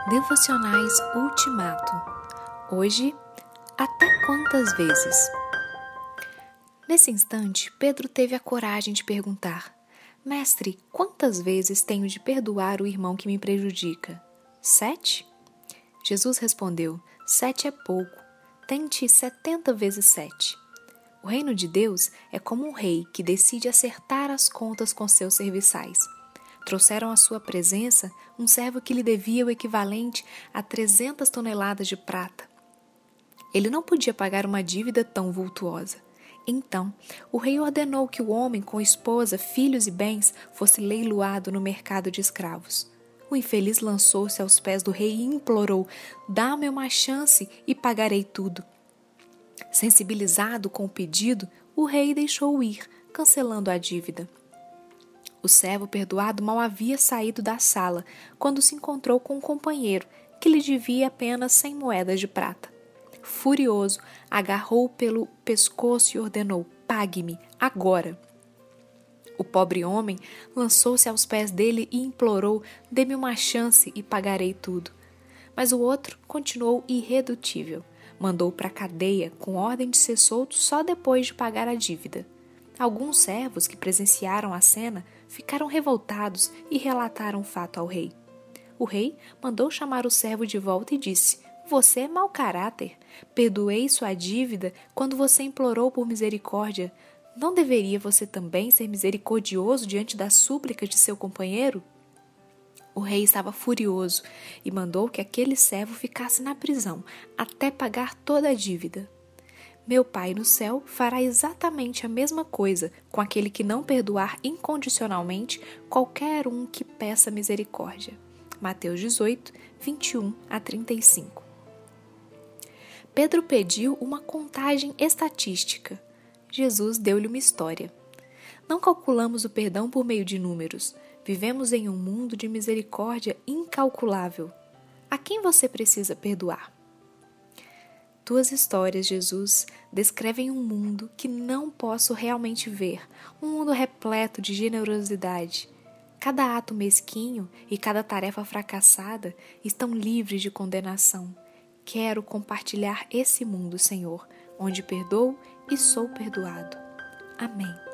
Devocionais Ultimato. Hoje, até quantas vezes? Nesse instante, Pedro teve a coragem de perguntar: Mestre, quantas vezes tenho de perdoar o irmão que me prejudica? 7? Jesus respondeu: 7 é pouco. Tente 70 vezes 7. O reino de Deus é como um rei que decide acertar as contas com seus serviçais. Trouxeram à sua presença um servo que lhe devia o equivalente a 300 toneladas de prata. Ele não podia pagar uma dívida tão vultuosa. Então, o rei ordenou que o homem com esposa, filhos e bens fosse leiloado no mercado de escravos. O infeliz lançou-se aos pés do rei e implorou: dá-me uma chance e pagarei tudo. Sensibilizado com o pedido, o rei deixou-o ir, cancelando a dívida. O servo perdoado mal havia saído da sala quando se encontrou com um companheiro que lhe devia apenas 100 moedas de prata. Furioso, agarrou-o pelo pescoço e ordenou: pague-me, agora! O pobre homem lançou-se aos pés dele e implorou: dê-me uma chance e pagarei tudo. Mas o outro continuou irredutível. Mandou-o para a cadeia com ordem de ser solto só depois de pagar a dívida. Alguns servos que presenciaram a cena ficaram revoltados e relataram o fato ao rei. O rei mandou chamar o servo de volta e disse: você é mau caráter. Perdoei sua dívida quando você implorou por misericórdia. Não deveria você também ser misericordioso diante da súplica de seu companheiro? O rei estava furioso e mandou que aquele servo ficasse na prisão até pagar toda a dívida. Meu Pai no céu fará exatamente a mesma coisa com aquele que não perdoar incondicionalmente qualquer um que peça misericórdia. Mateus 18, 21 a 35. Pedro pediu uma contagem estatística. Jesus deu-lhe uma história. Não calculamos o perdão por meio de números. Vivemos em um mundo de misericórdia incalculável. A quem você precisa perdoar? Tuas histórias, Jesus, descrevem um mundo que não posso realmente ver, um mundo repleto de generosidade. Cada ato mesquinho e cada tarefa fracassada estão livres de condenação. Quero compartilhar esse mundo, Senhor, onde perdoo e sou perdoado. Amém.